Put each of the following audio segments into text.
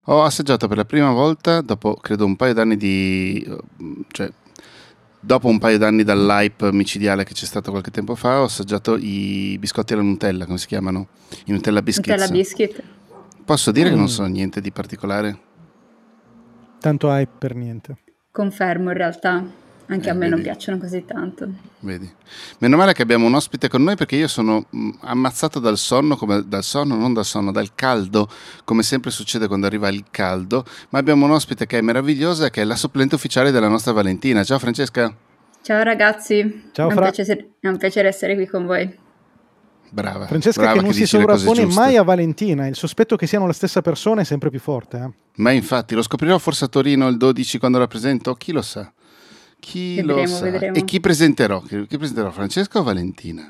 Ho assaggiato per la prima volta dopo, credo, un paio d'anni cioè, dopo un paio d'anni dall'hype micidiale che c'è stato qualche tempo fa, ho assaggiato i biscotti alla Nutella, come si chiamano? I Nutella Nutella Biscuits. Biscuit. Posso dire che non so niente di particolare? Tanto hype per niente. Confermo, in realtà. Anche a me non Vedi. piacciono così tanto. Vedi. Meno male che abbiamo un ospite con noi perché io sono ammazzato dal sonno, dal caldo, come sempre succede quando arriva il caldo, ma abbiamo un ospite che è meravigliosa, che è la supplente ufficiale della nostra Valentina. Ciao Francesca. Ciao ragazzi, Ciao, è un piacere essere qui con voi. Brava. Francesca brava che non si dice le cose sovrappone giuste. mai a Valentina. Il sospetto che siano la stessa persona è sempre più forte. Ma infatti lo scoprirò forse a Torino il 12 quando la presento, chi lo sa. Vedremo. E chi presenterò? Chi presenterò, Francesca o Valentina?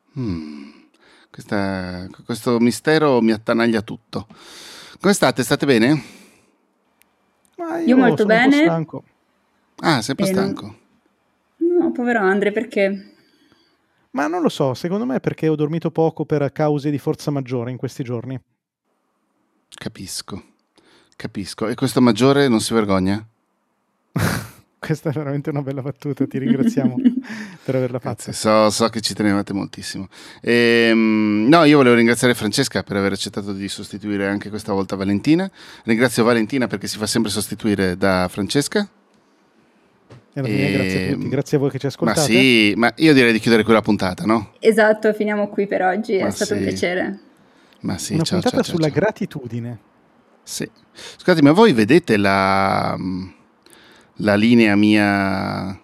Questo mistero mi attanaglia tutto. Come state? State bene? Ma Io molto sono un po' bene. stanco. Ah, sei un po' stanco. No, povero Andre, perché? Ma non lo so, secondo me è perché ho dormito poco per cause di forza maggiore in questi giorni. Capisco. E questo maggiore non si vergogna? Questa è veramente una bella battuta, ti ringraziamo per averla fatta. So che ci tenevate moltissimo. No, io volevo ringraziare Francesca per aver accettato di sostituire anche questa volta Valentina. Ringrazio Valentina perché si fa sempre sostituire da Francesca. E alla fine grazie a tutti, grazie a voi che ci ascoltate. Ma sì, ma io direi di chiudere qui la puntata, no? Esatto, finiamo qui per oggi, è stato un sì. piacere. Ma sì, Una ciao, puntata ciao, sulla ciao. gratitudine. Sì. Scusate, ma voi vedete la linea mia?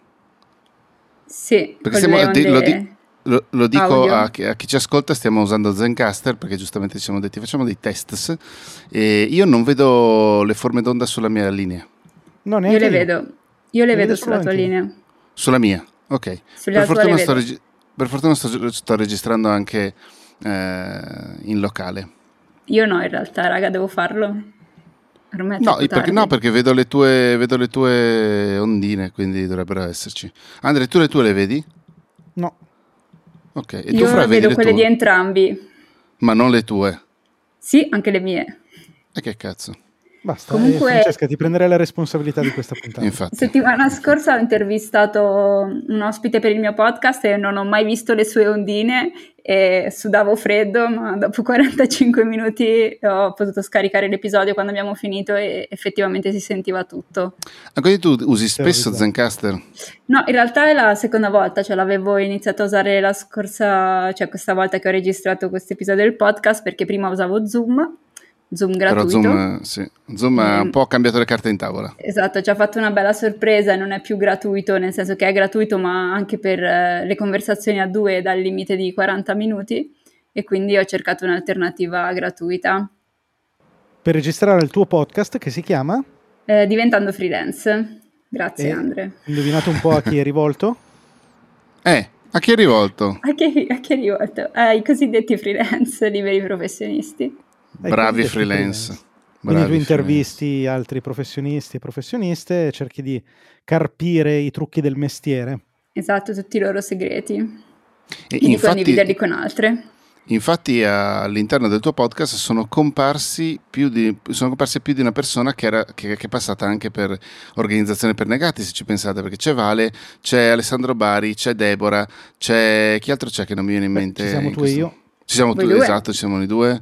Sì, Perché con le onde lo dico audio. a chi ci ascolta, stiamo usando Zencastr perché giustamente ci siamo detti facciamo dei test e io non vedo le forme d'onda sulla mia linea. No, Io neanche le vedo. Io le vedo sulla tua Valentina. linea. Sulla mia, ok. Sulla tua le vedo. Per fortuna sto registrando anche in locale. Io no, in realtà, raga, devo farlo. Ormai è troppo tardi. Perché vedo le tue ondine, quindi dovrebbero esserci. Andre, tu le tue le vedi? No. Ok. E tu Io Fra, vedi vedo le quelle tue? di entrambi. Ma non le tue. Sì, anche le mie. E che cazzo? Basta, Comunque- Francesca, ti prenderei la responsabilità di questa puntata. Infatti. Settimana scorsa ho intervistato un ospite per il mio podcast e non ho mai visto le sue ondine e sudavo freddo, ma dopo 45 minuti ho potuto scaricare l'episodio quando abbiamo finito e effettivamente si sentiva tutto. Ah, quindi tu usi spesso Terrorizzato. Zencastr? No, in realtà è la seconda volta, cioè l'avevo iniziato a usare questa volta che ho registrato questo episodio del podcast, perché prima usavo Zoom gratuito. Però Zoom ha un po' cambiato le carte in tavola. Esatto, ci ha fatto una bella sorpresa e non è più gratuito, nel senso che è gratuito ma anche per le conversazioni a due dal limite di 40 minuti e quindi ho cercato un'alternativa gratuita. Per registrare il tuo podcast che si chiama? Diventando freelance. Grazie E Andre. indovinate un po' a chi è rivolto? A chi è rivolto? A chi è rivolto? Ai cosiddetti freelance, liberi professionisti. Bravi cosiddetti freelance. Quindi tu Bravi intervisti altri professionisti e professioniste e cerchi di carpire i trucchi del mestiere. Esatto, tutti i loro segreti. E E di condividerli con altre. Infatti all'interno del tuo podcast sono comparsi più di una persona che è passata anche per Organizzazione per Negati, se ci pensate, perché c'è Vale, c'è Alessandro Bari, c'è Deborah, c'è chi altro c'è che non mi viene in mente? Ci siamo tu e io. Ci siamo Voi tu, due. esatto, ci siamo noi due.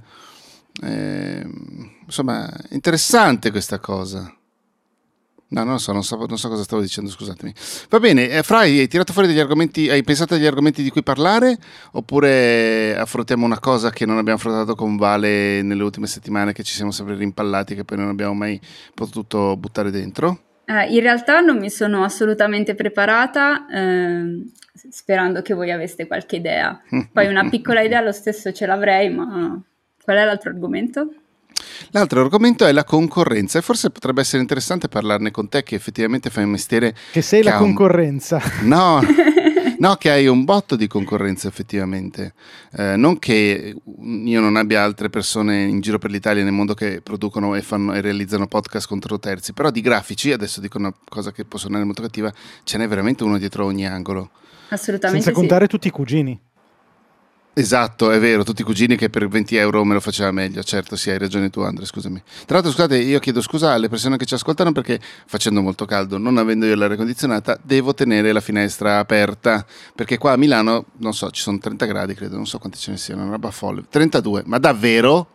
Insomma, interessante questa cosa. No, non so cosa stavo dicendo, scusatemi. Va bene, Fra, hai tirato fuori degli argomenti, hai pensato agli argomenti di cui parlare? Oppure affrontiamo una cosa che non abbiamo affrontato con Vale nelle ultime settimane, che ci siamo sempre rimpallati, che poi non abbiamo mai potuto buttare dentro? In realtà non mi sono assolutamente preparata, sperando che voi aveste qualche idea. Poi una piccola idea lo stesso ce l'avrei, ma qual è l'altro argomento? L'altro argomento è la concorrenza e forse potrebbe essere interessante parlarne con te che effettivamente fai un mestiere Che sei la concorrenza. No, che hai un botto di concorrenza effettivamente. Non che io non abbia altre persone in giro per l'Italia e nel mondo che producono e realizzano podcast contro terzi, però di grafici, adesso dico una cosa che può suonare molto cattiva, ce n'è veramente uno dietro ogni angolo. Assolutamente Senza contare tutti i cugini. Esatto, è vero, tutti i cugini che per 20 euro me lo faceva meglio, certo, sì, hai ragione tu Andre, scusami. Tra l'altro, scusate, io chiedo scusa alle persone che ci ascoltano perché facendo molto caldo, non avendo io l'aria condizionata, devo tenere la finestra aperta, perché qua a Milano, non so, ci sono 30 gradi, credo, non so quanti ce ne siano, una roba folle. 32, ma davvero?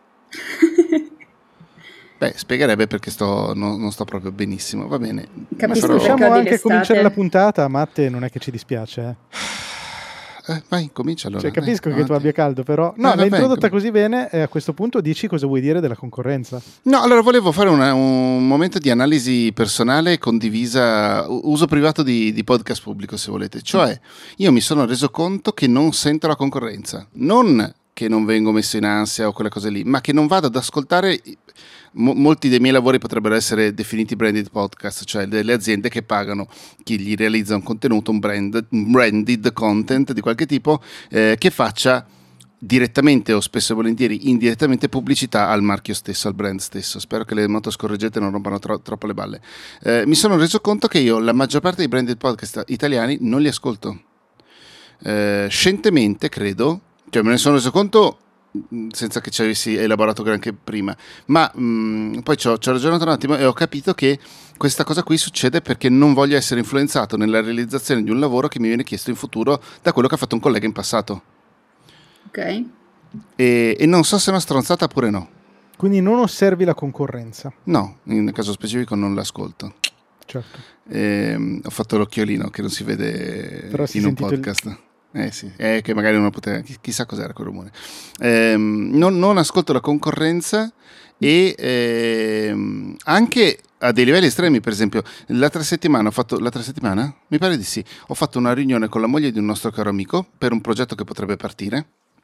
Beh, spiegherebbe perché non sto proprio benissimo, va bene. Capisco Possiamo perché odi anche l'estate. cominciare la puntata, Matte, non è che ci dispiace. Vai, comincia allora. Cioè, capisco dai, che tu abbia caldo, però... No, l'hai introdotta così bene e a questo punto dici cosa vuoi dire della concorrenza. No, allora volevo fare un momento di analisi personale condivisa, uso privato di podcast pubblico se volete. Cioè, io mi sono reso conto che non sento la concorrenza. Non che non vengo messo in ansia o quelle cose lì, ma che non vado ad ascoltare... molti dei miei lavori potrebbero essere definiti branded podcast, cioè delle aziende che pagano chi gli realizza un contenuto, un branded content di qualche tipo, che faccia direttamente o spesso e volentieri indirettamente pubblicità al marchio stesso, al brand stesso. Spero che le motoscorreggette non rompano troppo le balle. Mi sono reso conto che io la maggior parte dei branded podcast italiani non li ascolto. Scientemente credo, cioè me ne sono reso conto senza che ci avessi elaborato granché prima, ma poi ci ho ragionato un attimo e ho capito che questa cosa qui succede perché non voglio essere influenzato nella realizzazione di un lavoro che mi viene chiesto in futuro da quello che ha fatto un collega in passato. Ok. E non so se è una stronzata oppure no. Quindi non osservi la concorrenza. No, nel caso specifico non l'ascolto. Certo. Ho fatto l'occhiolino che non si vede però in un podcast. Sì, che magari uno poteva, chissà cos'era quel rumore. Non ascolto la concorrenza e anche a dei livelli estremi. Per esempio, l'altra settimana? Mi pare di sì. Ho fatto una riunione con la moglie di un nostro caro amico per un progetto che potrebbe partire.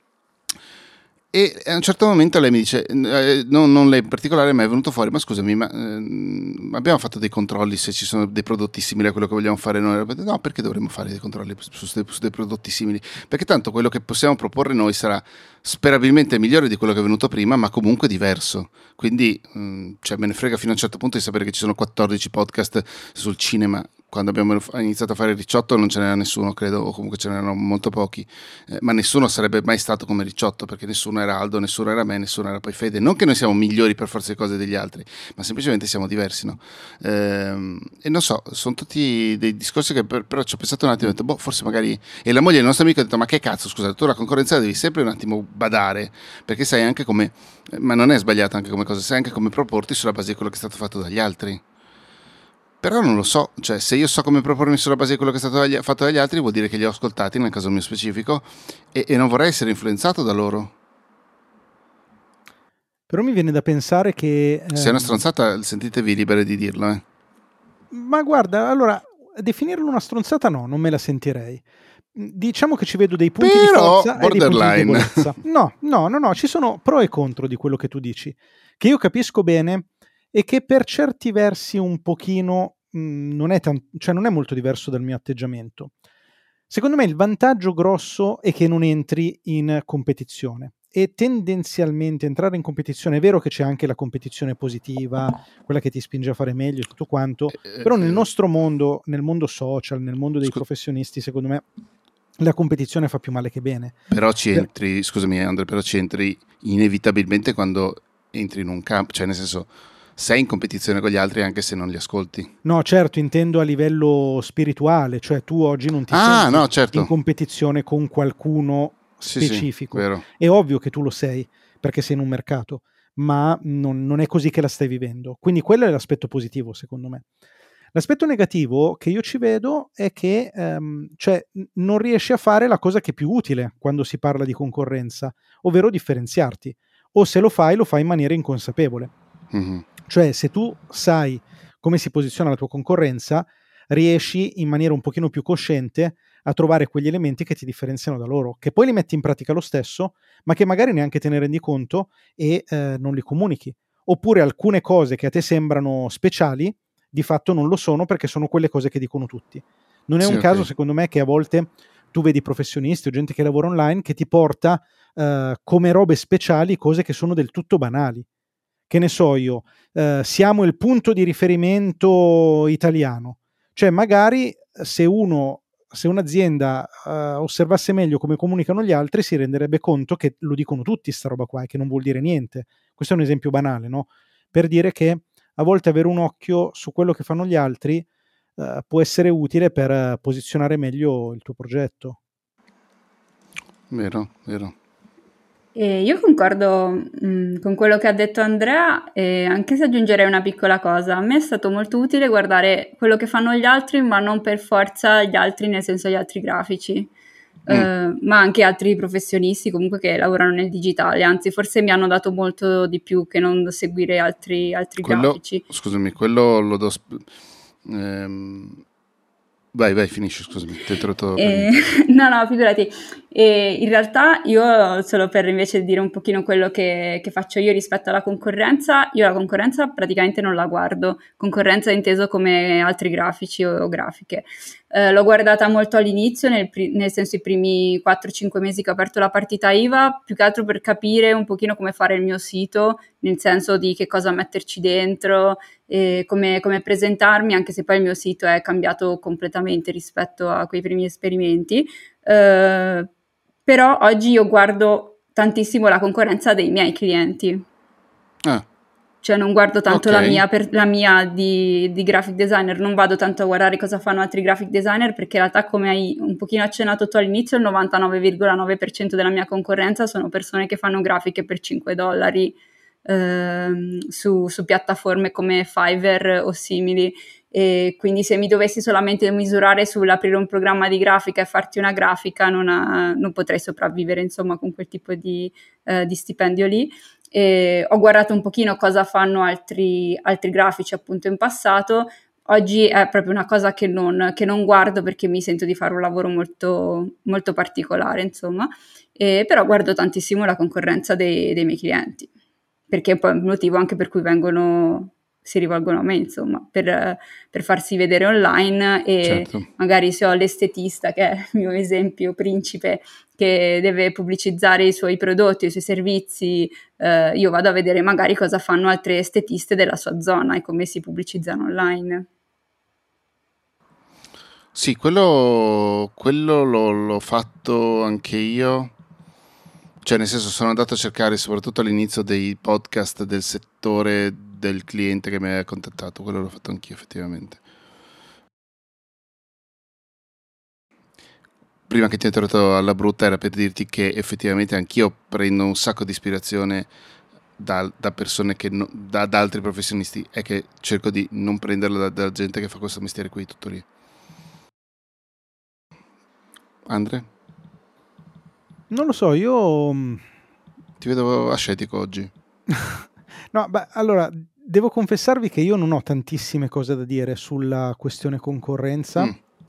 E a un certo momento lei mi dice, non lei in particolare, ma è venuto fuori, ma scusami, abbiamo fatto dei controlli se ci sono dei prodotti simili a quello che vogliamo fare noi? No, perché dovremmo fare dei controlli su dei prodotti simili? Perché tanto quello che possiamo proporre noi sarà sperabilmente migliore di quello che è venuto prima, ma comunque diverso. Quindi cioè, me ne frega fino a un certo punto di sapere che ci sono 14 podcast sul cinema. Quando abbiamo iniziato a fare il Ricciotto non ce n'era nessuno, credo, o comunque ce n'erano molto pochi, ma nessuno sarebbe mai stato come Ricciotto, perché nessuno era Aldo, nessuno era me, nessuno era poi Fede. Non che noi siamo migliori per forza di cose degli altri, ma semplicemente siamo diversi, no? E non so, sono tutti dei discorsi che però ci ho pensato un attimo, ho detto, forse magari... E la moglie del nostro amico ha detto, ma che cazzo, scusa, tu la concorrenza devi sempre un attimo badare, perché sai anche come... Ma non è sbagliata anche come cosa, sai anche come proporti sulla base di quello che è stato fatto dagli altri. Però non lo so, cioè se io so come propormi sulla base di quello che è stato fatto dagli altri vuol dire che li ho ascoltati nel caso mio specifico e non vorrei essere influenzato da loro. Però mi viene da pensare che... Se è una stronzata sentitevi liberi di dirlo. Ma guarda, allora, definirlo una stronzata no, non me la sentirei. Diciamo che ci vedo dei punti di forza e dei punti di debolezza. No, ci sono pro e contro di quello che tu dici, che io capisco bene e che per certi versi un pochino non è molto diverso dal mio atteggiamento. Secondo me il vantaggio grosso è che non entri in competizione e tendenzialmente entrare in competizione, è vero che c'è anche la competizione positiva, quella che ti spinge a fare meglio e tutto quanto, però nel nostro mondo, nel mondo social, nel mondo dei professionisti, secondo me la competizione fa più male che bene. Però ci entri, scusami Andre, però ci entri inevitabilmente quando entri in un campo, cioè nel senso sei in competizione con gli altri anche se non li ascolti. No, certo, intendo a livello spirituale, cioè tu oggi non ti senti certo. in competizione con qualcuno specifico. Sì, è ovvio che tu lo sei perché sei in un mercato, ma non è così che la stai vivendo. Quindi quello è l'aspetto positivo, secondo me. L'aspetto negativo che io ci vedo è che cioè, non riesci a fare la cosa che è più utile quando si parla di concorrenza, ovvero differenziarti. O se lo fai in maniera inconsapevole. Mm-hmm. Cioè, se tu sai come si posiziona la tua concorrenza, riesci in maniera un pochino più cosciente a trovare quegli elementi che ti differenziano da loro, che poi li metti in pratica lo stesso, ma che magari neanche te ne rendi conto e non li comunichi. Oppure alcune cose che a te sembrano speciali, di fatto non lo sono perché sono quelle cose che dicono tutti. Non è un caso, secondo me, che a volte tu vedi professionisti o gente che lavora online che ti porta come robe speciali cose che sono del tutto banali. Che ne so io, siamo il punto di riferimento italiano. Cioè magari se uno se un'azienda osservasse meglio come comunicano gli altri, si renderebbe conto che lo dicono tutti sta roba qua e che non vuol dire niente. Questo è un esempio banale, no? Per dire che a volte avere un occhio su quello che fanno gli altri può essere utile per posizionare meglio il tuo progetto. Vero, vero. Io concordo con quello che ha detto Andrea, anche se aggiungerei una piccola cosa. A me è stato molto utile guardare quello che fanno gli altri, ma non per forza gli altri, nel senso gli altri grafici, ma anche altri professionisti comunque che lavorano nel digitale. Anzi, forse mi hanno dato molto di più che non seguire altri grafici. Scusami, quello lo do... Vai, finisci, scusami, ti ho interrotto. No, figurati. In realtà io, solo per invece dire un pochino quello che faccio io rispetto alla concorrenza, io la concorrenza praticamente non la guardo, concorrenza inteso come altri grafici o grafiche. L'ho guardata molto all'inizio, nel senso i primi 4-5 mesi che ho aperto la partita IVA, più che altro per capire un pochino come fare il mio sito, nel senso di che cosa metterci dentro, e come presentarmi, anche se poi il mio sito è cambiato completamente rispetto a quei primi esperimenti. Però oggi io guardo tantissimo la concorrenza dei miei clienti. Cioè non guardo tanto la mia di graphic designer, non vado tanto a guardare cosa fanno altri graphic designer, perché in realtà, come hai un pochino accennato tu all'inizio, il 99,9% della mia concorrenza sono persone che fanno grafiche per $5 su piattaforme come Fiverr o simili. E quindi se mi dovessi solamente misurare sull'aprire un programma di grafica e farti una grafica, non potrei sopravvivere, insomma, con quel tipo di stipendio lì. E ho guardato un pochino cosa fanno altri grafici appunto in passato. Oggi è proprio una cosa che non guardo, perché mi sento di fare un lavoro molto, molto particolare, insomma, però guardo tantissimo la concorrenza dei miei clienti, perché è poi un motivo anche per cui si rivolgono a me, insomma, per farsi vedere online. E certo, magari se ho l'estetista, che è il mio esempio principe, che deve pubblicizzare i suoi prodotti, i suoi servizi, io vado a vedere magari cosa fanno altre estetiste della sua zona e come si pubblicizzano online. Sì, quello l'ho fatto anche io. Cioè, nel senso, sono andato a cercare soprattutto all'inizio dei podcast del settore del cliente che mi ha contattato. Quello l'ho fatto anch'io, effettivamente. Prima che ti ho interrotto alla brutta era per dirti che effettivamente anch'io prendo un sacco di ispirazione da persone che da altri professionisti, e che cerco di non prenderla da gente che fa questo mestiere qui tutto lì. Andre? Non lo so, io... Ti vedo ascetico oggi. No, beh, allora, devo confessarvi che io non ho tantissime cose da dire sulla questione concorrenza.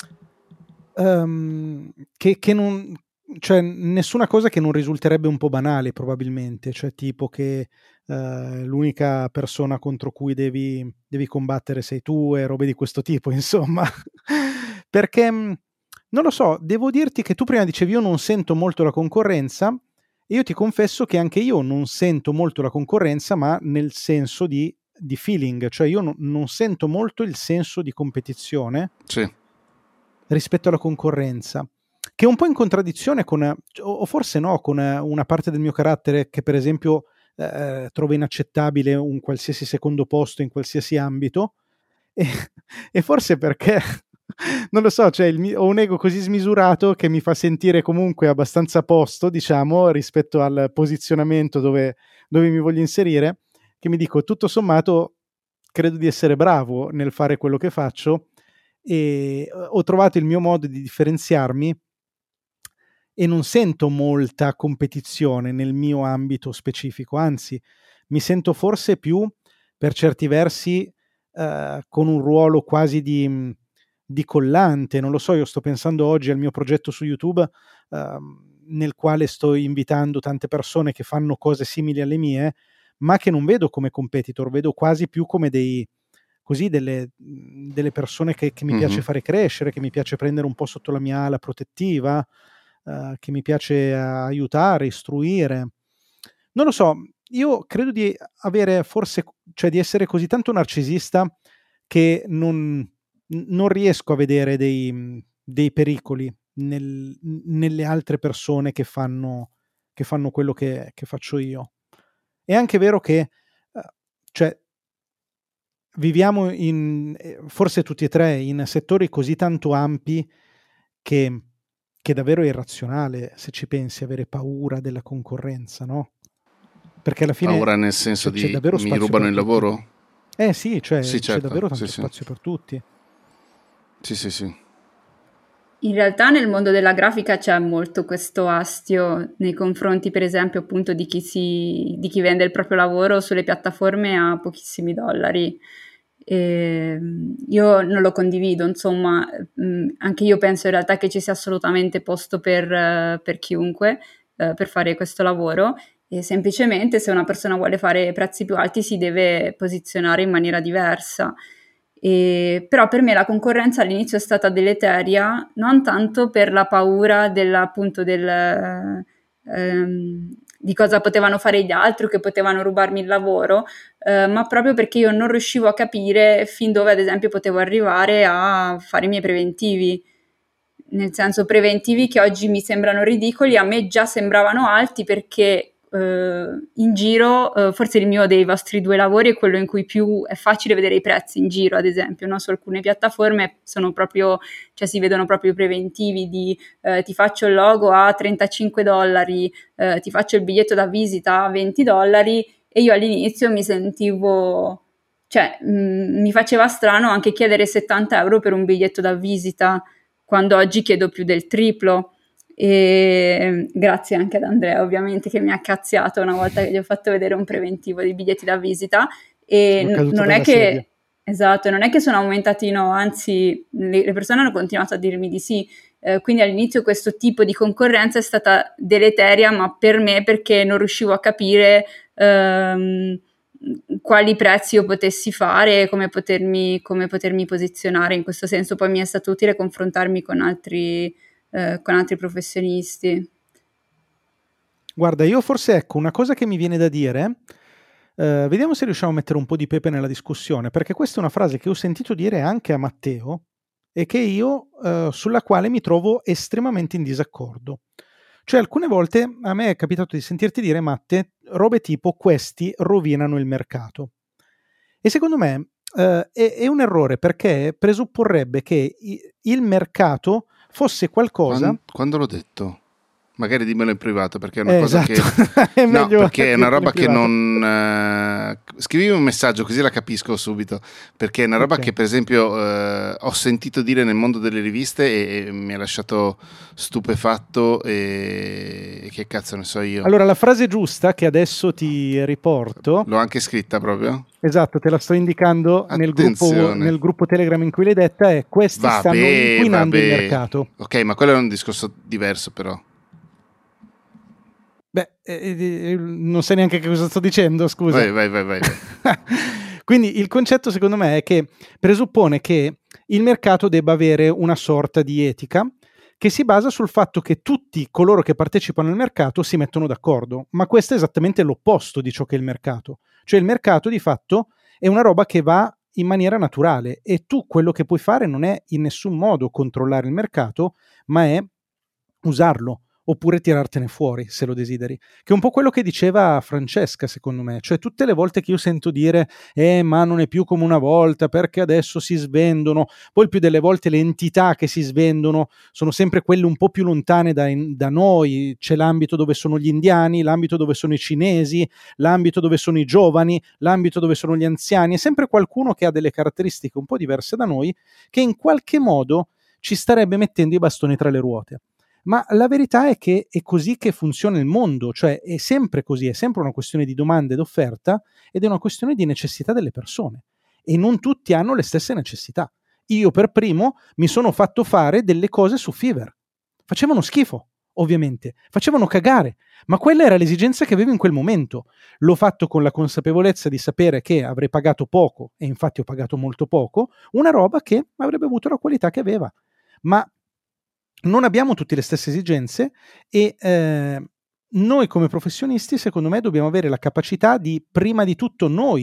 Che non... Cioè, nessuna cosa che non risulterebbe un po' banale, probabilmente. Cioè, tipo che l'unica persona contro cui devi combattere sei tu e robe di questo tipo, insomma. Perché... non lo so, devo dirti che tu prima dicevi io non sento molto la concorrenza, e io ti confesso che anche io non sento molto la concorrenza, ma nel senso di feeling, cioè io non sento molto il senso di competizione rispetto alla concorrenza, che è un po' in contraddizione con, o forse no, con una parte del mio carattere che per esempio trova inaccettabile un qualsiasi secondo posto in qualsiasi ambito, e forse perché... non lo so, cioè ho un ego così smisurato che mi fa sentire comunque abbastanza a posto, diciamo, rispetto al posizionamento dove mi voglio inserire, che mi dico, tutto sommato, credo di essere bravo nel fare quello che faccio, e ho trovato il mio modo di differenziarmi e non sento molta competizione nel mio ambito specifico, anzi, mi sento forse più, per certi versi, con un ruolo quasi di collante. Non lo so, io sto pensando oggi al mio progetto su YouTube, nel quale sto invitando tante persone che fanno cose simili alle mie, ma che non vedo come competitor, vedo quasi più come delle persone che mi piace fare crescere, che mi piace prendere un po' sotto la mia ala protettiva, che mi piace aiutare, istruire. Non lo so, io credo di avere forse, cioè di essere così tanto narcisista che non riesco a vedere dei pericoli nelle altre persone che fanno quello che faccio io. È anche vero che cioè viviamo forse tutti e tre in settori così tanto ampi che davvero è irrazionale, se ci pensi, avere paura della concorrenza, no? Perché alla fine paura nel senso c'è di davvero mi rubano il lavoro? Sì, cioè sì, certo, c'è davvero tanto spazio per tutti. Sì. In realtà nel mondo della grafica c'è molto questo astio nei confronti, per esempio, appunto di chi vende il proprio lavoro sulle piattaforme a pochissimi dollari. Io non lo condivido, insomma, anche io penso in realtà che ci sia assolutamente posto per chiunque per fare questo lavoro, e semplicemente se una persona vuole fare prezzi più alti si deve posizionare in maniera diversa. Però per me la concorrenza all'inizio è stata deleteria, non tanto per la paura appunto di cosa potevano fare gli altri o che potevano rubarmi il lavoro, ma proprio perché io non riuscivo a capire fin dove ad esempio potevo arrivare a fare i miei preventivi. Nel senso, preventivi che oggi mi sembrano ridicoli, a me già sembravano alti perché in giro, forse il mio dei vostri due lavori è quello in cui più è facile vedere i prezzi in giro, ad esempio, no? Su alcune piattaforme sono proprio, cioè si vedono proprio i preventivi di ti faccio il logo a $35, ti faccio il biglietto da visita a $20, e io all'inizio mi sentivo, cioè mi faceva strano anche chiedere €70 per un biglietto da visita, quando oggi chiedo più del triplo. E grazie anche ad Andrea, ovviamente, che mi ha cazziato una volta che gli ho fatto vedere un preventivo di biglietti da visita, e non è che esatto, non è che sono aumentati, no, anzi le persone hanno continuato a dirmi di sì, quindi all'inizio questo tipo di concorrenza è stata deleteria, ma per me perché non riuscivo a capire quali prezzi io potessi fare, come potermi posizionare. In questo senso poi mi è stato utile confrontarmi con altri professionisti. Guarda, io forse, ecco, una cosa che mi viene da dire, vediamo se riusciamo a mettere un po' di pepe nella discussione, perché questa è una frase che ho sentito dire anche a Matteo e che io sulla quale mi trovo estremamente in disaccordo. Cioè, alcune volte a me è capitato di sentirti dire, Matte, robe tipo questi rovinano il mercato. E secondo me è un errore, perché presupporrebbe che il mercato fosse qualcosa... Quando l'ho detto? Magari dimmelo in privato, perché è una cosa esatto. che no, perché è una roba che non scrivimi un messaggio così la capisco subito, perché è una roba che per esempio ho sentito dire nel mondo delle riviste e mi ha lasciato stupefatto, e che cazzo ne so io. Allora, la frase giusta che adesso ti riporto, l'ho anche scritta proprio. Esatto, te la sto indicando nel gruppo Telegram in cui l'hai detta, è questi stanno inquinando il mercato. Ok, ma quello è un discorso diverso, però. Non sai neanche che cosa sto dicendo, scusa. Vai. Quindi il concetto secondo me è che presuppone che il mercato debba avere una sorta di etica che si basa sul fatto che tutti coloro che partecipano al mercato si mettono d'accordo, ma questo è esattamente l'opposto di ciò che è il mercato. Cioè il mercato di fatto è una roba che va in maniera naturale, e tu quello che puoi fare non è in nessun modo controllare il mercato, ma è usarlo, oppure tirartene fuori se lo desideri, che è un po' quello che diceva Francesca, secondo me. Cioè tutte le volte che io sento dire ma non è più come una volta perché adesso si svendono, poi il più delle volte le entità che si svendono sono sempre quelle un po' più lontane da noi. C'è l'ambito dove sono gli indiani, l'ambito dove sono i cinesi, l'ambito dove sono i giovani, l'ambito dove sono gli anziani, è sempre qualcuno che ha delle caratteristiche un po' diverse da noi, che in qualche modo ci starebbe mettendo i bastoni tra le ruote. Ma la verità è che è così che funziona il mondo, cioè è sempre così, è sempre una questione di domanda ed offerta, ed è una questione di necessità delle persone, e non tutti hanno le stesse necessità. Io per primo mi sono fatto fare delle cose su Fiverr, facevano schifo, ovviamente, facevano cagare, ma quella era l'esigenza che avevo in quel momento. L'ho fatto con la consapevolezza di sapere che avrei pagato poco, e infatti ho pagato molto poco, una roba che avrebbe avuto la qualità che aveva, ma non abbiamo tutte le stesse esigenze, e noi come professionisti secondo me dobbiamo avere la capacità di prima di tutto noi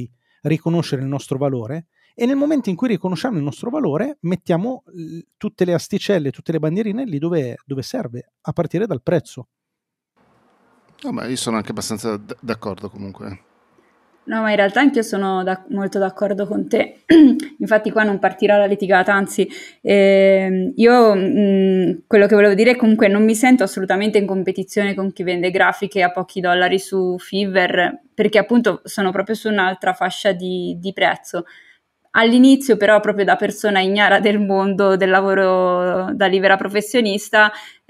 riconoscere il nostro valore, e nel momento in cui riconosciamo il nostro valore mettiamo tutte le asticelle, tutte le bandierine lì dove serve, a partire dal prezzo. Ma io sono anche abbastanza d'accordo comunque. No, ma in realtà anch'io sono molto d'accordo con te. Infatti qua non partirà la litigata, anzi io quello che volevo dire è comunque non mi sento assolutamente in competizione con chi vende grafiche a pochi dollari su Fiverr, perché appunto sono proprio su un'altra fascia di prezzo. All'inizio però, proprio da persona ignara del mondo del lavoro da libera professionista,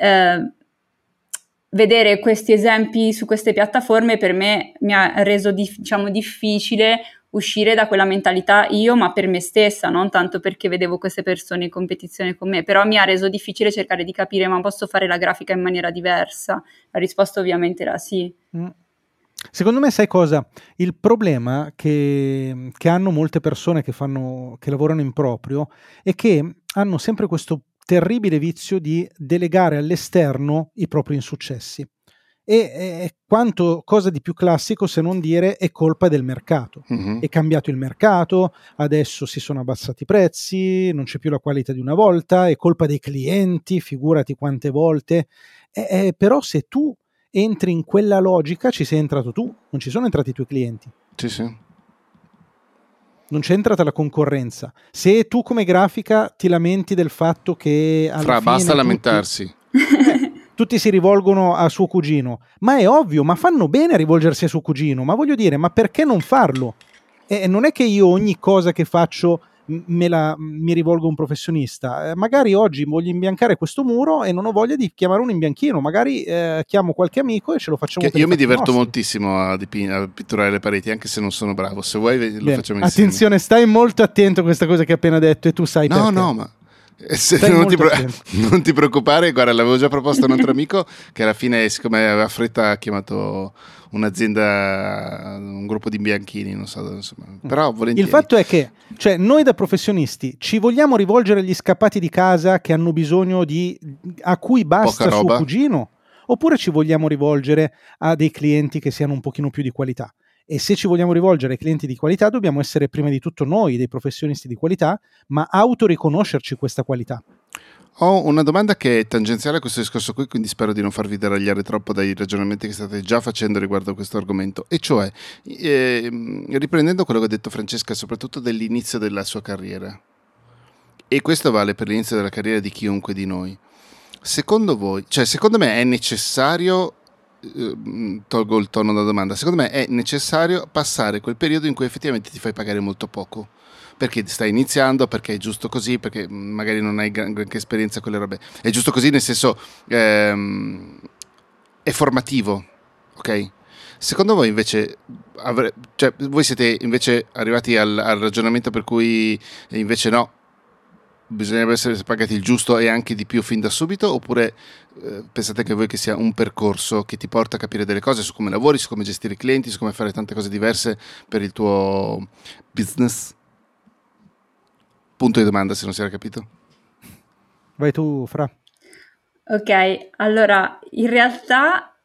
vedere questi esempi su queste piattaforme per me mi ha reso difficile uscire da quella mentalità io, ma per me stessa, non tanto perché vedevo queste persone in competizione con me, però mi ha reso difficile cercare di capire, ma posso fare la grafica in maniera diversa? La risposta ovviamente era sì. Secondo me, sai cosa? Il problema che hanno molte persone che lavorano in proprio è che hanno sempre questo terribile vizio di delegare all'esterno i propri insuccessi. E quanto cosa di più classico se non dire è colpa del mercato. È cambiato il mercato, adesso si sono abbassati i prezzi, non c'è più la qualità di una volta, è colpa dei clienti, figurati quante volte. Però se tu entri in quella logica ci sei entrato tu, non ci sono entrati i tuoi clienti. Sì. Non c'è entrata la concorrenza. Se tu come grafica ti lamenti del fatto che alla fine basta lamentarsi. Tutti si rivolgono a suo cugino, ma è ovvio, ma fanno bene a rivolgersi a suo cugino, ma voglio dire, ma perché non farlo? Non è che io ogni cosa che faccio mi rivolgo a un professionista. Magari oggi voglio imbiancare questo muro e non ho voglia di chiamare un imbianchino, magari chiamo qualche amico e ce lo facciamo. Io mi diverto moltissimo a pitturare le pareti, anche se non sono bravo. Se vuoi lo facciamo insieme. Attenzione, stai molto attento a questa cosa che hai appena detto e tu sai perché. No, ma non ti preoccupare, guarda, l'avevo già proposto a un altro amico che alla fine, siccome aveva fretta, ha chiamato un'azienda, un gruppo di imbianchini, non so, insomma, però volentieri. Il fatto è che, cioè, noi da professionisti ci vogliamo rivolgere agli scappati di casa che hanno bisogno a cui basta suo cugino, oppure ci vogliamo rivolgere a dei clienti che siano un pochino più di qualità? E se ci vogliamo rivolgere ai clienti di qualità dobbiamo essere prima di tutto noi dei professionisti di qualità, ma autoriconoscerci questa qualità. Ho una domanda che è tangenziale a questo discorso qui, quindi spero di non farvi deragliare troppo dai ragionamenti che state già facendo riguardo a questo argomento, e cioè riprendendo quello che ha detto Francesca, soprattutto dell'inizio della sua carriera, e questo vale per l'inizio della carriera di chiunque di noi. Secondo voi, cioè secondo me è necessario, tolgo il tono della domanda, secondo me è necessario passare quel periodo in cui effettivamente ti fai pagare molto poco, perché stai iniziando, perché è giusto così, perché magari non hai granché esperienza con le robe, è giusto così nel senso è formativo, ok? Secondo voi invece cioè voi siete invece arrivati al ragionamento per cui invece no, bisognerebbe essere pagati il giusto e anche di più fin da subito, oppure pensate che voi che sia un percorso che ti porta a capire delle cose su come lavori, su come gestire i clienti, su come fare tante cose diverse per il tuo business? Punto di domanda, se non si era capito. Vai tu, Fra. Ok, allora in realtà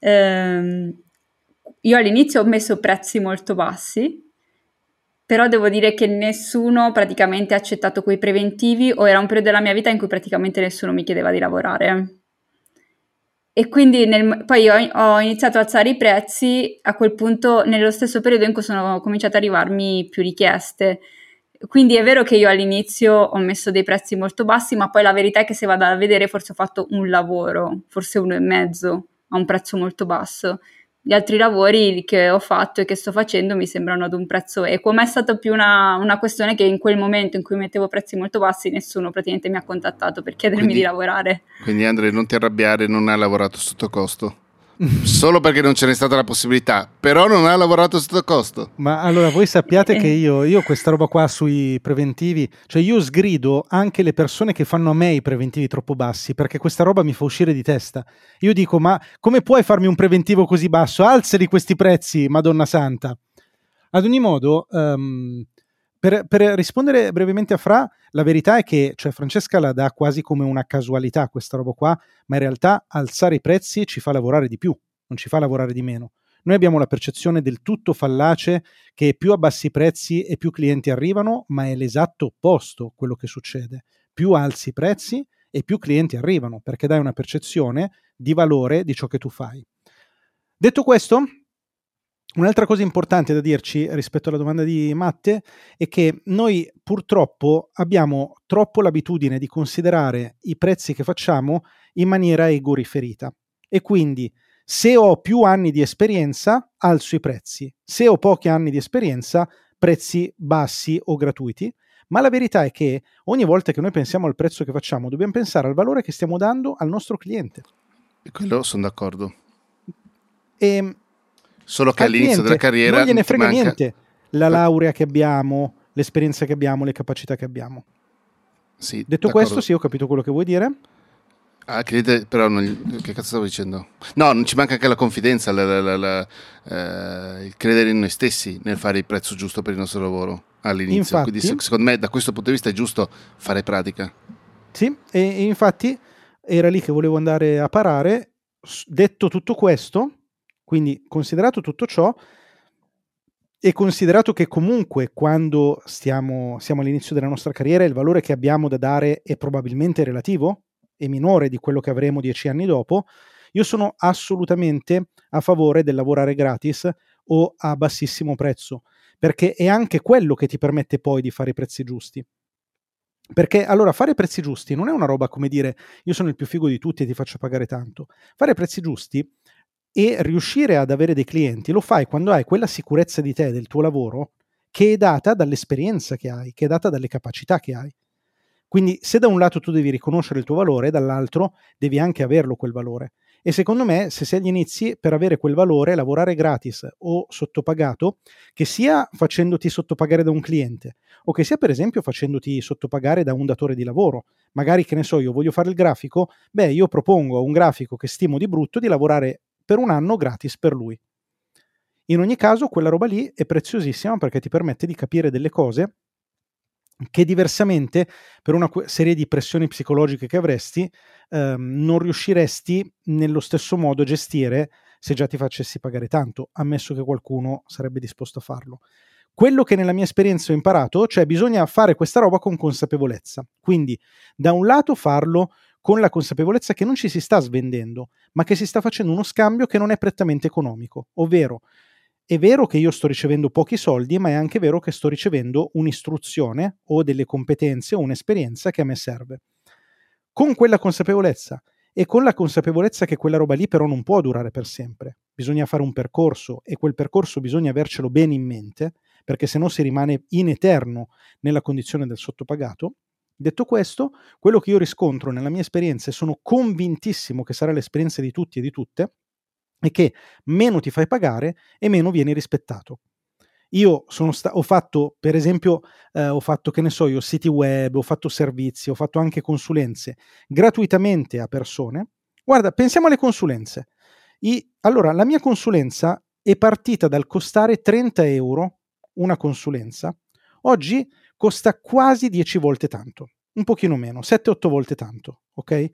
io all'inizio ho messo prezzi molto bassi, però devo dire che nessuno praticamente ha accettato quei preventivi, o era un periodo della mia vita in cui praticamente nessuno mi chiedeva di lavorare. E quindi poi ho iniziato a alzare i prezzi a quel punto, nello stesso periodo in cui sono cominciate ad arrivarmi più richieste. Quindi è vero che io all'inizio ho messo dei prezzi molto bassi, ma poi la verità è che se vado a vedere forse ho fatto un lavoro, forse 1,5 a un prezzo molto basso. Gli altri lavori che ho fatto e che sto facendo mi sembrano ad un prezzo equo, ma è stata più una questione che in quel momento in cui mettevo prezzi molto bassi nessuno praticamente mi ha contattato per chiedermi di lavorare. Quindi Andre, non ti arrabbiare, non ha lavorato sotto costo. Solo perché non ce n'è stata la possibilità, però non ha lavorato sotto costo. Ma allora voi sappiate che io questa roba qua sui preventivi, cioè io sgrido anche le persone che fanno a me i preventivi troppo bassi, perché questa roba mi fa uscire di testa. Io dico, ma come puoi farmi un preventivo così basso? Alzali questi prezzi, Madonna Santa. Ad ogni modo, per rispondere brevemente a Fra, la verità è che, cioè, Francesca la dà quasi come una casualità questa roba qua, ma in realtà alzare i prezzi ci fa lavorare di più, non ci fa lavorare di meno. Noi abbiamo la percezione del tutto fallace che più abbassi i prezzi e più clienti arrivano, ma è l'esatto opposto quello che succede. Più alzi i prezzi e più clienti arrivano, perché dai una percezione di valore di ciò che tu fai. Detto questo, un'altra cosa importante da dirci rispetto alla domanda di Matte è che noi purtroppo abbiamo troppo l'abitudine di considerare i prezzi che facciamo in maniera ego-riferita, e quindi se ho più anni di esperienza alzo i prezzi, se ho pochi anni di esperienza prezzi bassi o gratuiti, ma la verità è che ogni volta che noi pensiamo al prezzo che facciamo dobbiamo pensare al valore che stiamo dando al nostro cliente. E quello sono d'accordo. E solo che all'inizio della carriera non gliene frega niente la laurea che abbiamo, l'esperienza che abbiamo, le capacità che abbiamo. Sì, detto d'accordo. Questo, sì, ho capito quello che vuoi dire. Però che cazzo stavo dicendo? No, non ci manca anche la confidenza, il credere in noi stessi nel fare il prezzo giusto per il nostro lavoro all'inizio. Infatti, quindi secondo me da questo punto di vista è giusto fare pratica. Sì, e infatti era lì che volevo andare a parare. Detto tutto questo, quindi considerato tutto ciò e considerato che comunque quando siamo all'inizio della nostra carriera il valore che abbiamo da dare è probabilmente relativo e minore di quello che avremo 10 anni dopo, io sono assolutamente a favore del lavorare gratis o a bassissimo prezzo, perché è anche quello che ti permette poi di fare i prezzi giusti. Perché allora fare prezzi giusti non è una roba come dire io sono il più figo di tutti e ti faccio pagare tanto. Fare prezzi giusti e riuscire ad avere dei clienti lo fai quando hai quella sicurezza di te, del tuo lavoro, che è data dall'esperienza che hai, che è data dalle capacità che hai. Quindi se da un lato tu devi riconoscere il tuo valore, dall'altro devi anche averlo quel valore. E secondo me, se sei agli inizi, per avere quel valore, lavorare gratis o sottopagato, che sia facendoti sottopagare da un cliente, o che sia per esempio facendoti sottopagare da un datore di lavoro. Magari, che ne so, io voglio fare il grafico, io propongo a un grafico che stimo di brutto di lavorare per un anno gratis per lui. In ogni caso, quella roba lì è preziosissima perché ti permette di capire delle cose che diversamente, per una serie di pressioni psicologiche che avresti, non riusciresti nello stesso modo a gestire se già ti facessi pagare tanto, ammesso che qualcuno sarebbe disposto a farlo. Quello che nella mia esperienza ho imparato, cioè bisogna fare questa roba con consapevolezza. Quindi, da un lato farlo con la consapevolezza che non ci si sta svendendo, ma che si sta facendo uno scambio che non è prettamente economico, ovvero è vero che io sto ricevendo pochi soldi, ma è anche vero che sto ricevendo un'istruzione o delle competenze o un'esperienza che a me serve. Con quella consapevolezza e con la consapevolezza che quella roba lì però non può durare per sempre. Bisogna fare un percorso e quel percorso bisogna avercelo bene in mente, perché se no si rimane in eterno nella condizione del sottopagato. Detto questo, quello che io riscontro nella mia esperienza, e sono convintissimo che sarà l'esperienza di tutti e di tutte, è che meno ti fai pagare e meno vieni rispettato. Io ho fatto, per esempio, ho fatto, che ne so io, siti web, ho fatto servizi, ho fatto anche consulenze gratuitamente a persone. Guarda, pensiamo alle consulenze. Allora, la mia consulenza è partita dal costare 30 euro una consulenza. Oggi costa quasi 10 volte tanto, un pochino meno, 7-8 volte tanto, ok?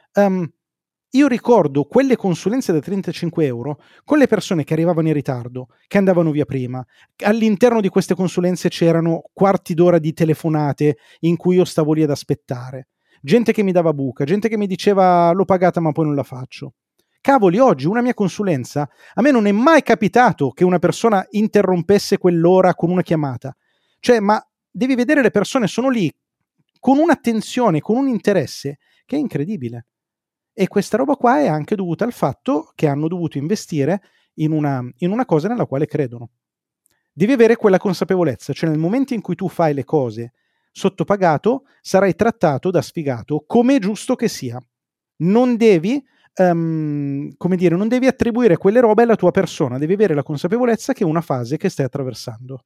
Io ricordo quelle consulenze da 35 euro con le persone che arrivavano in ritardo, che andavano via prima. All'interno di queste consulenze c'erano quarti d'ora di telefonate in cui io stavo lì ad aspettare. Gente che mi dava buca, gente che mi diceva l'ho pagata ma poi non la faccio. Cavoli, oggi una mia consulenza, a me non è mai capitato che una persona interrompesse quell'ora con una chiamata. Cioè, ma devi vedere le persone, sono lì con un'attenzione, con un interesse che è incredibile. E questa roba qua è anche dovuta al fatto che hanno dovuto investire in una cosa nella quale credono. Devi avere quella consapevolezza, cioè nel momento in cui tu fai le cose sottopagato, sarai trattato da sfigato, come è giusto che sia. Non devi, non devi attribuire quelle robe alla tua persona, devi avere la consapevolezza che è una fase che stai attraversando.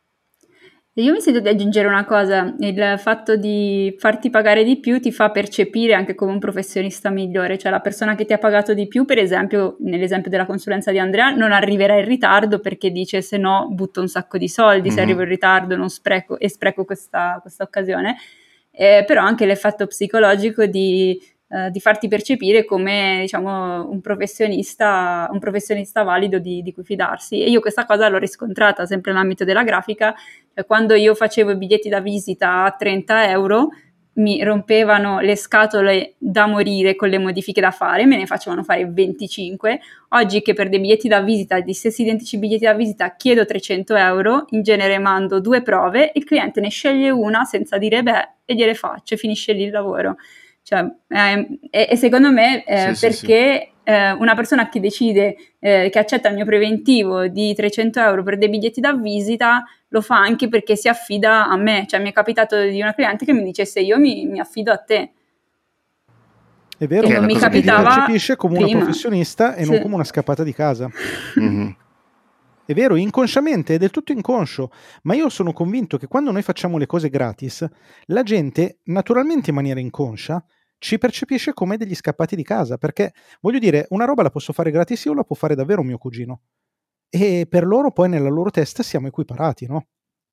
Io mi sento di aggiungere una cosa: il fatto di farti pagare di più ti fa percepire anche come un professionista migliore, cioè la persona che ti ha pagato di più, per esempio nell'esempio della consulenza di Andrea, non arriverà in ritardo perché dice se no butto un sacco di soldi, se arrivo in ritardo non spreco questa occasione, però anche l'effetto psicologico di di farti percepire come, diciamo, un professionista valido di cui fidarsi. E io questa cosa l'ho riscontrata sempre nell'ambito della grafica, quando io facevo i biglietti da visita a 30 euro, mi rompevano le scatole da morire con le modifiche da fare, me ne facevano fare 25. Oggi che per dei biglietti da visita, di stessi identici biglietti da visita, chiedo 300 euro, in genere mando 2 prove, il cliente ne sceglie una senza dire beh e gliele faccio, finisce lì il lavoro. Cioè, e secondo me perché una persona che decide che accetta il mio preventivo di 300 euro per dei biglietti da visita lo fa anche perché si affida a me. Cioè mi è capitato di una cliente che mi dicesse io mi affido a te. È vero, che non mi capitava, ti percepisce come una professionista e non come una scappata di casa. Mm-hmm. È vero, inconsciamente, è del tutto inconscio, ma io sono convinto che quando noi facciamo le cose gratis, la gente, naturalmente in maniera inconscia, ci percepisce come degli scappati di casa, perché, voglio dire, una roba la posso fare gratis io, la può fare davvero mio cugino. E per loro poi nella loro testa siamo equiparati, no?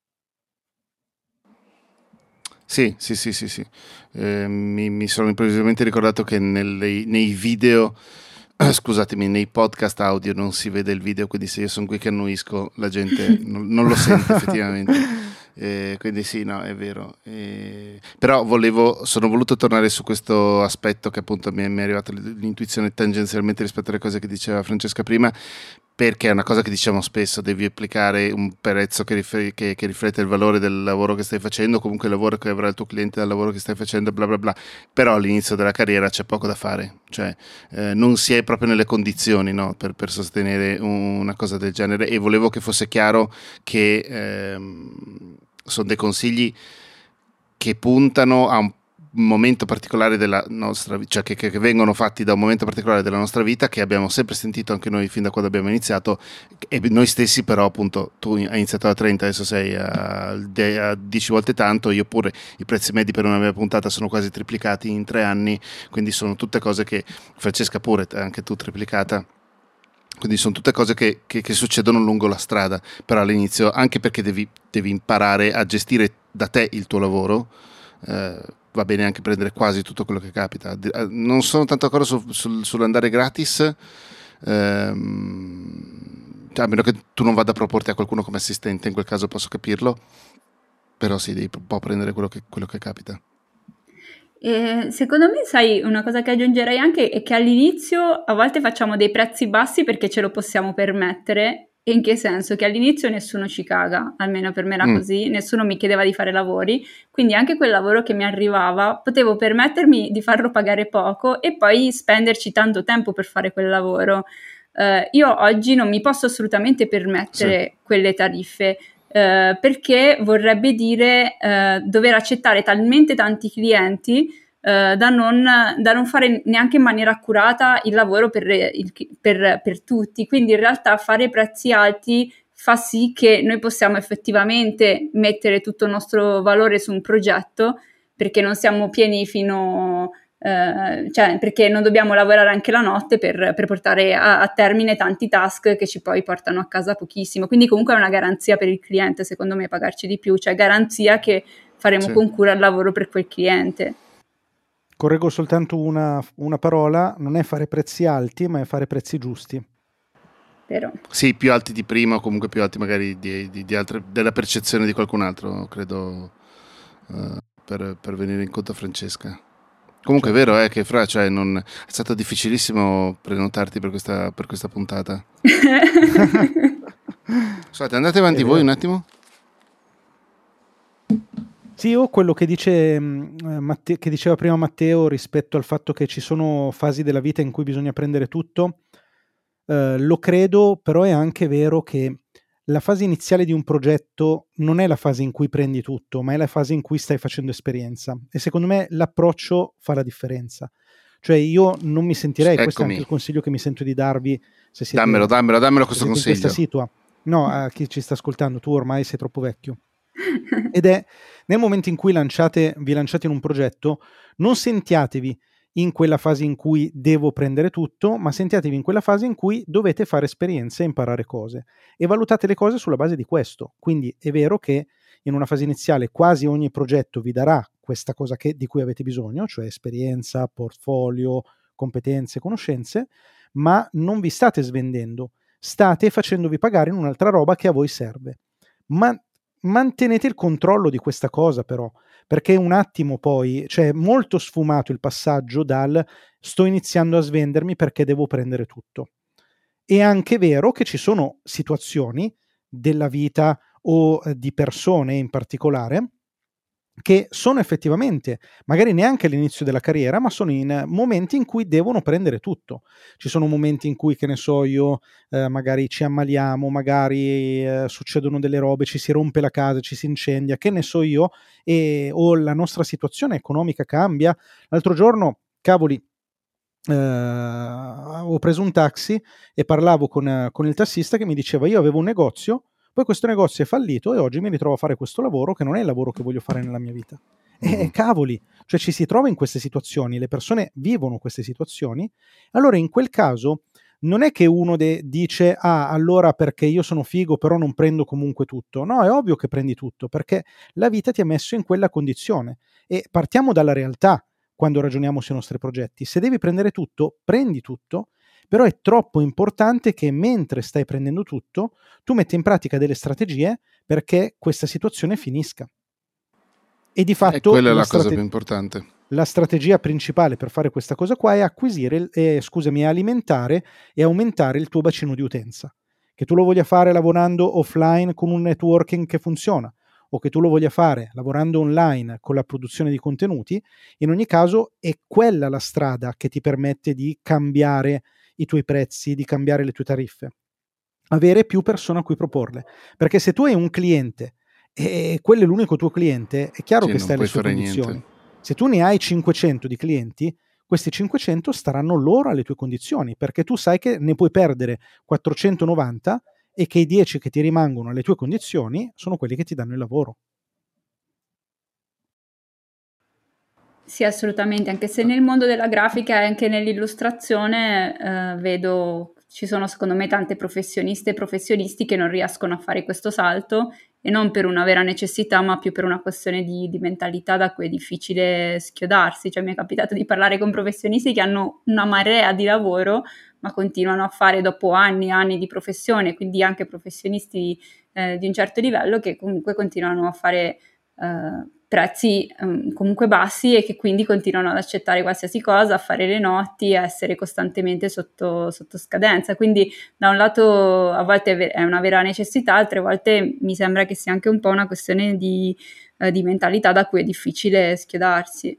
Sì. Mi sono improvvisamente ricordato che nei video... Scusatemi, nei podcast audio non si vede il video, quindi se io sono qui che annuisco la gente non lo sente effettivamente, quindi sì, no, è vero. Però sono voluto tornare su questo aspetto che appunto mi è arrivata l'intuizione tangenzialmente rispetto alle cose che diceva Francesca prima, perché è una cosa che diciamo spesso: devi applicare un prezzo che riflette il valore del lavoro che stai facendo, comunque il lavoro che avrà il tuo cliente dal lavoro che stai facendo, bla bla bla. Però all'inizio della carriera c'è poco da fare, cioè non si è proprio nelle condizioni, no, per sostenere una cosa del genere, e volevo che fosse chiaro che sono dei consigli che puntano a un momento particolare della nostra vita, cioè che vengono fatti da un momento particolare della nostra vita, che abbiamo sempre sentito anche noi fin da quando abbiamo iniziato, e noi stessi. Però appunto tu hai iniziato a 30, adesso sei a 10 volte tanto, io pure. I prezzi medi per una mia puntata sono quasi triplicati in 3 anni, quindi sono tutte cose che Francesca pure, anche tu triplicata. Quindi sono tutte cose che succedono lungo la strada, però all'inizio, anche perché devi imparare a gestire da te il tuo lavoro, va bene anche prendere quasi tutto quello che capita. Non sono tanto d'accordo sull'andare gratis, a meno che tu non vada a proporti a qualcuno come assistente, in quel caso posso capirlo, però sì, devi un po' prendere quello che capita. Secondo me, sai, una cosa che aggiungerei anche è che all'inizio a volte facciamo dei prezzi bassi perché ce lo possiamo permettere. E in che senso? Che all'inizio nessuno ci caga, almeno per me era così, nessuno mi chiedeva di fare lavori, quindi anche quel lavoro che mi arrivava potevo permettermi di farlo pagare poco e poi spenderci tanto tempo per fare quel lavoro. Io oggi non mi posso assolutamente permettere quelle tariffe, perché vorrebbe dire dover accettare talmente tanti clienti da non fare neanche in maniera accurata il lavoro per tutti. Quindi in realtà fare prezzi alti fa sì che noi possiamo effettivamente mettere tutto il nostro valore su un progetto, perché non siamo pieni cioè perché non dobbiamo lavorare anche la notte per portare a termine tanti task che ci poi portano a casa pochissimo. Quindi comunque è una garanzia per il cliente, secondo me, pagarci di più, cioè garanzia che faremo con cura il lavoro per quel cliente. Correggo soltanto una parola: non è fare prezzi alti, ma è fare prezzi giusti. Vero. Sì, più alti di prima, o comunque più alti magari di altre, della percezione di qualcun altro, credo, per venire incontro a Francesca. Comunque è vero che Fra, cioè, è stato difficilissimo prenotarti per questa puntata. Scusate, andate avanti voi un attimo. Sì, io quello che che diceva prima Matteo rispetto al fatto che ci sono fasi della vita in cui bisogna prendere tutto, lo credo, però è anche vero che la fase iniziale di un progetto non è la fase in cui prendi tutto, ma è la fase in cui stai facendo esperienza, e secondo me l'approccio fa la differenza. Cioè io non mi sentirei, questo è anche il consiglio che mi sento di darvi, se siete, dammelo questo consiglio. In questa situa. No, a chi ci sta ascoltando, tu ormai sei troppo vecchio. Ed è nel momento in cui vi lanciate in un progetto, non sentiatevi in quella fase in cui devo prendere tutto, ma sentiatevi in quella fase in cui dovete fare esperienze e imparare cose, e valutate le cose sulla base di questo. Quindi è vero che in una fase iniziale quasi ogni progetto vi darà questa cosa di cui avete bisogno, cioè esperienza, portfolio, competenze, conoscenze, ma non vi state svendendo, state facendovi pagare in un'altra roba che a voi serve. Ma mantenete il controllo di questa cosa però, perché un attimo poi, cioè molto sfumato il passaggio dal sto iniziando a svendermi perché devo prendere tutto. È anche vero che ci sono situazioni della vita o di persone in particolare che sono effettivamente, magari neanche all'inizio della carriera, ma sono in momenti in cui devono prendere tutto. Ci sono momenti in cui, che ne so io, magari ci ammaliamo, magari succedono delle robe, ci si rompe la casa, ci si incendia, che ne so io, o la nostra situazione economica cambia. L'altro giorno, cavoli, ho preso un taxi e parlavo con il tassista che mi diceva: io avevo un negozio, poi questo negozio è fallito e oggi mi ritrovo a fare questo lavoro che non è il lavoro che voglio fare nella mia vita. E cavoli, cioè ci si trova in queste situazioni, le persone vivono queste situazioni. Allora in quel caso non è che uno dice allora perché io sono figo però non prendo comunque tutto. No, è ovvio che prendi tutto, perché la vita ti ha messo in quella condizione. E partiamo dalla realtà quando ragioniamo sui nostri progetti. Se devi prendere tutto, prendi tutto, però è troppo importante che mentre stai prendendo tutto, tu metti in pratica delle strategie perché questa situazione finisca. E di fatto quella è la cosa più importante. La strategia principale per fare questa cosa qua è alimentare e aumentare il tuo bacino di utenza. Che tu lo voglia fare lavorando offline con un networking che funziona, o che tu lo voglia fare lavorando online con la produzione di contenuti, in ogni caso è quella la strada che ti permette di cambiare i tuoi prezzi, di cambiare le tue tariffe. Avere più persone a cui proporle. Perché se tu hai un cliente e quello è l'unico tuo cliente, è chiaro che stai alle sue condizioni. Niente. Se tu ne hai 500 di clienti, questi 500 staranno loro alle tue condizioni, perché tu sai che ne puoi perdere 490 e che i 10 che ti rimangono alle tue condizioni sono quelli che ti danno il lavoro. Sì, assolutamente, anche se nel mondo della grafica e anche nell'illustrazione vedo, ci sono secondo me tante professioniste e professionisti che non riescono a fare questo salto, e non per una vera necessità, ma più per una questione di mentalità da cui è difficile schiodarsi. Cioè mi è capitato di parlare con professionisti che hanno una marea di lavoro, ma continuano a fare dopo anni e anni di professione, quindi anche professionisti di un certo livello che comunque continuano a fare prezzi comunque bassi e che quindi continuano ad accettare qualsiasi cosa, a fare le notti, a essere costantemente sotto scadenza. Quindi da un lato a volte è una vera necessità, altre volte mi sembra che sia anche un po' una questione di mentalità da cui è difficile schiodarsi.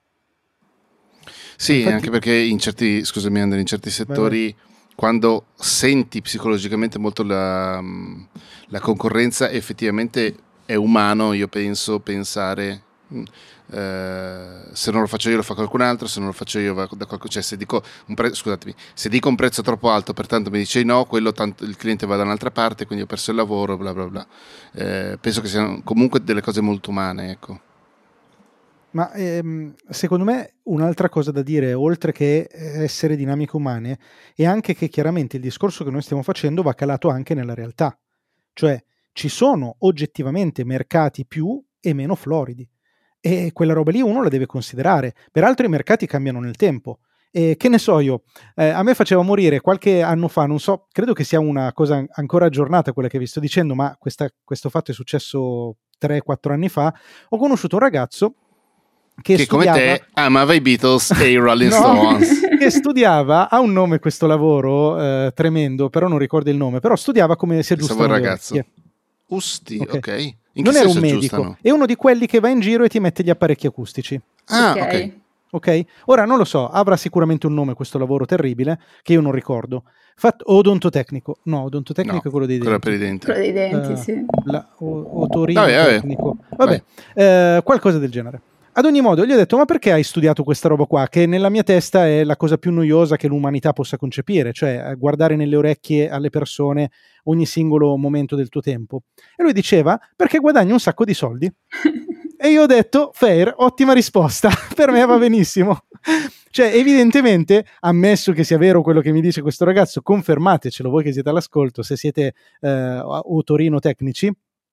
Sì, infatti, anche perché in certi settori, quando senti psicologicamente molto la concorrenza, effettivamente è umano, io penso, pensare se non lo faccio io lo fa qualcun altro, se non lo faccio io va da qualcuno. Cioè se dico se dico un prezzo troppo alto, pertanto mi dice no, quello tanto il cliente va da un'altra parte, quindi ho perso il lavoro, bla bla bla. Penso che siano comunque delle cose molto umane, ecco. Ma secondo me un'altra cosa da dire, oltre che essere dinamiche umane, è anche che chiaramente il discorso che noi stiamo facendo va calato anche nella realtà. Cioè ci sono oggettivamente mercati più e meno floridi, e quella roba lì uno la deve considerare. Peraltro i mercati cambiano nel tempo, e che ne so io, a me faceva morire qualche anno fa, non so, credo che sia una cosa ancora aggiornata quella che vi sto dicendo, ma questo fatto è successo 3-4 anni fa. Ho conosciuto un ragazzo che studiava, come te amava i Beatles e i Rolling Stones. Che studiava, ha un nome questo lavoro tremendo, però non ricordo il nome, però studiava come si aggiustano le orecchie. Usti, ok. Non era un medico, è uno di quelli che va in giro e ti mette gli apparecchi acustici. Ok. Ora non lo so, avrà sicuramente un nome questo lavoro terribile che io non ricordo. Odontotecnico. No, odontotecnico è quello dei denti. Per i denti. Quello dei denti, sì. Otorinotecnico. Vabbè. Qualcosa del genere. Ad ogni modo, gli ho detto: ma perché hai studiato questa roba qua? Che nella mia testa è la cosa più noiosa che l'umanità possa concepire, cioè guardare nelle orecchie alle persone ogni singolo momento del tuo tempo. E lui diceva: perché guadagni un sacco di soldi. E io ho detto: fair, ottima risposta, per me va benissimo. Cioè, evidentemente, ammesso che sia vero quello che mi dice questo ragazzo, confermatecelo voi che siete all'ascolto, se siete otorinotecnici.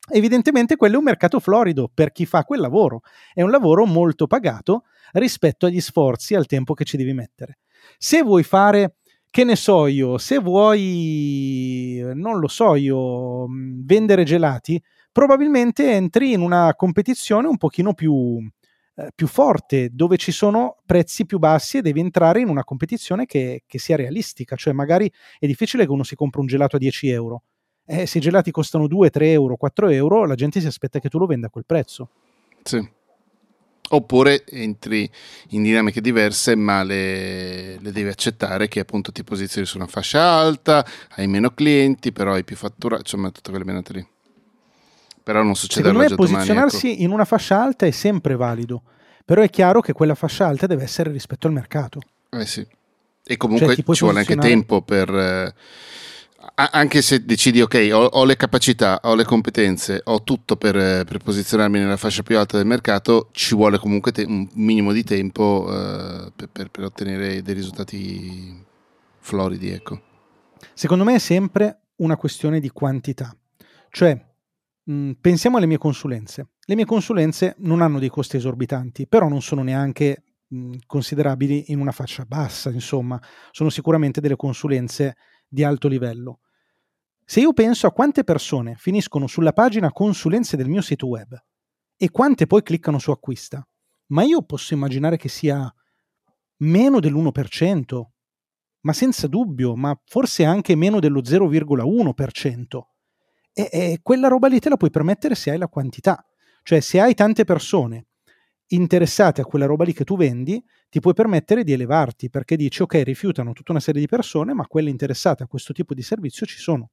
Evidentemente quello è un mercato florido per chi fa quel lavoro, è un lavoro molto pagato rispetto agli sforzi e al tempo che ci devi mettere. Se vuoi fare, che ne so io, se vuoi, non lo so io, vendere gelati, probabilmente entri in una competizione un pochino più forte, dove ci sono prezzi più bassi, e devi entrare in una competizione che sia realistica, cioè magari è difficile che uno si compri un gelato a 10 euro. Se i gelati costano 2, 3 euro, 4 euro, la gente si aspetta che tu lo venda a quel prezzo. Sì. Oppure entri in dinamiche diverse, ma le devi accettare, che appunto ti posizioni su una fascia alta, hai meno clienti, però hai più fattura, insomma tutte quelle menate lì. Però non succede Secondo me domani, posizionarsi in una fascia alta è sempre valido, però è chiaro che quella fascia alta deve essere rispetto al mercato. Sì. E comunque ci vuole anche tempo per... anche se decidi, ok, ho le capacità, ho le competenze, ho tutto per posizionarmi nella fascia più alta del mercato, ci vuole comunque un minimo di tempo per ottenere dei risultati floridi, ecco. Secondo me è sempre una questione di quantità. Cioè, pensiamo alle mie consulenze. Le mie consulenze non hanno dei costi esorbitanti, però non sono neanche considerabili in una fascia bassa, insomma. Sono sicuramente delle consulenze di alto livello. Se io penso a quante persone finiscono sulla pagina consulenze del mio sito web e quante poi cliccano su acquista, ma io posso immaginare che sia meno dell'1%, ma senza dubbio, ma forse anche meno dello 0,1%. E quella roba lì te la puoi permettere se hai la quantità. Cioè, se hai tante persone interessate a quella roba lì che tu vendi, ti puoi permettere di elevarti, perché dici, ok, rifiutano tutta una serie di persone, ma quelle interessate a questo tipo di servizio ci sono.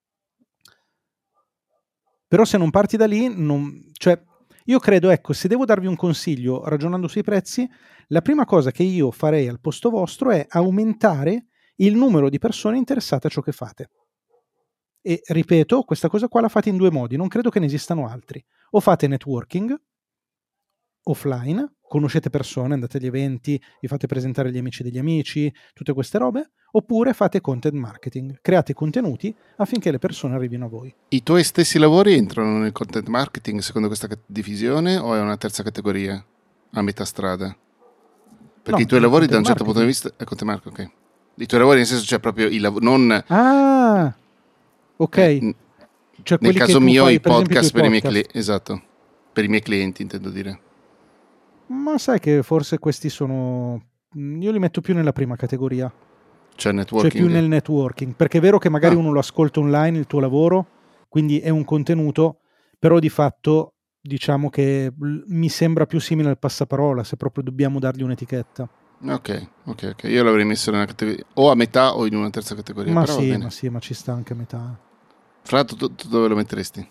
Però se non parti da lì, cioè, io credo, ecco, se devo darvi un consiglio ragionando sui prezzi, la prima cosa che io farei al posto vostro è aumentare il numero di persone interessate a ciò che fate. E ripeto, questa cosa qua la fate in due modi, non credo che ne esistano altri. O fate networking offline, conoscete persone, andate agli eventi, vi fate presentare agli amici degli amici, tutte queste robe, oppure fate content marketing, create contenuti affinché le persone arrivino a voi. I tuoi stessi lavori entrano nel content marketing secondo questa divisione o è una terza categoria a metà strada? Perché i tuoi lavori da un certo punto di vista è content marketing, ok. I tuoi lavori nel senso c'è proprio il lavoro, non... Ah, ok. Cioè, nel caso mio i podcast per i miei clienti, esatto, per i miei clienti intendo dire. Ma sai che forse questi sono... Io li metto più nella prima categoria. Cioè networking. Cioè più nel networking. Perché è vero che magari uno lo ascolta online, il tuo lavoro, quindi è un contenuto, però di fatto diciamo che mi sembra più simile al passaparola, se proprio dobbiamo dargli un'etichetta. Ok. Io l'avrei messo nella categoria o a metà o in una terza categoria. Ma però sì, ma ci sta anche a metà. Fra, tu dove lo metteresti?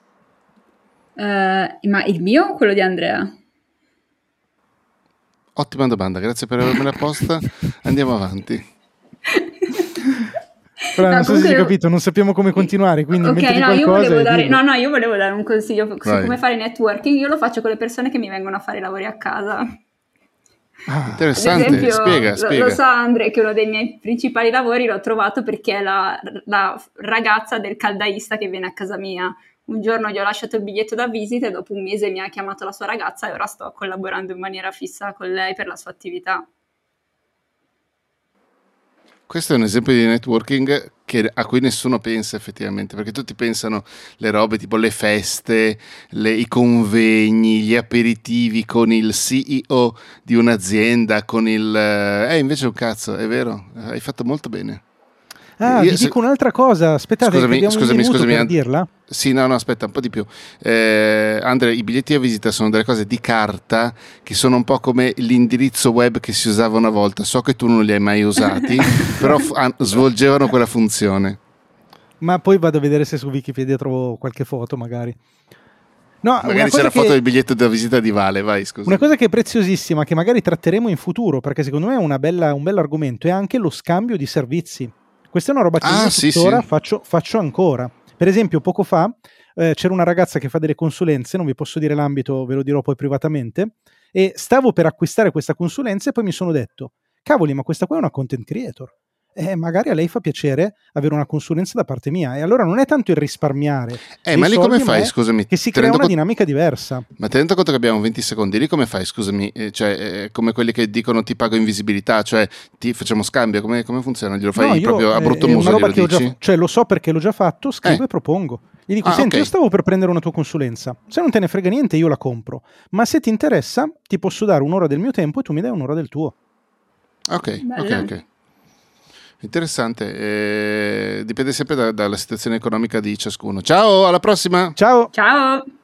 Ma il mio o quello di Andrea? Ottima domanda, grazie per avermela posta. Andiamo avanti. Però non so se hai capito, non sappiamo come continuare, quindi io volevo dare un consiglio su come fare networking. Io lo faccio con le persone che mi vengono a fare i lavori a casa. Interessante, ad esempio, spiega. Lo sa Andrea che uno dei miei principali lavori l'ho trovato perché è la ragazza del caldaista che viene a casa mia. Un giorno gli ho lasciato il biglietto da visita e dopo un mese mi ha chiamato la sua ragazza e ora sto collaborando in maniera fissa con lei per la sua attività. Questo è un esempio di networking a cui nessuno pensa effettivamente, perché tutti pensano le robe tipo le feste, i convegni, gli aperitivi con il CEO di un'azienda, con invece un cazzo, è vero, hai fatto molto bene. Vi dico un'altra cosa, aspettate, scusami, per dirla? Sì, no, aspetta, un po' di più. Andrea, i biglietti a visita sono delle cose di carta che sono un po' come l'indirizzo web che si usava una volta. So che tu non li hai mai usati, però svolgevano quella funzione. Ma poi vado a vedere se su Wikipedia trovo qualche foto, magari. No, magari c'è la foto del biglietto da visita di Vale, vai, scusa. Una cosa che è preziosissima, che magari tratteremo in futuro, perché secondo me è un bello argomento, è anche lo scambio di servizi. Questa è una roba che io tuttora faccio ancora. Per esempio, poco fa c'era una ragazza che fa delle consulenze, non vi posso dire l'ambito, ve lo dirò poi privatamente, e stavo per acquistare questa consulenza e poi mi sono detto, cavoli, ma questa qua è una content creator. magari a lei fa piacere avere una consulenza da parte mia, e allora non è tanto il risparmiare ma lì come fai, scusami, che si crea una dinamica diversa. Ma tenendo conto che abbiamo 20 secondi, lì come fai, scusami, cioè come quelli che dicono ti pago invisibilità, cioè ti facciamo scambio, come funziona? Glielo fai proprio a brutto muso, glielo dici? Cioè lo so perché l'ho già fatto, scrivo e propongo. Gli dico, senti, io stavo per prendere una tua consulenza, se non te ne frega niente io la compro, ma se ti interessa ti posso dare un'ora del mio tempo e tu mi dai un'ora del tuo. Ok. Interessante, dipende sempre dalla situazione economica di ciascuno. Ciao, alla prossima! Ciao!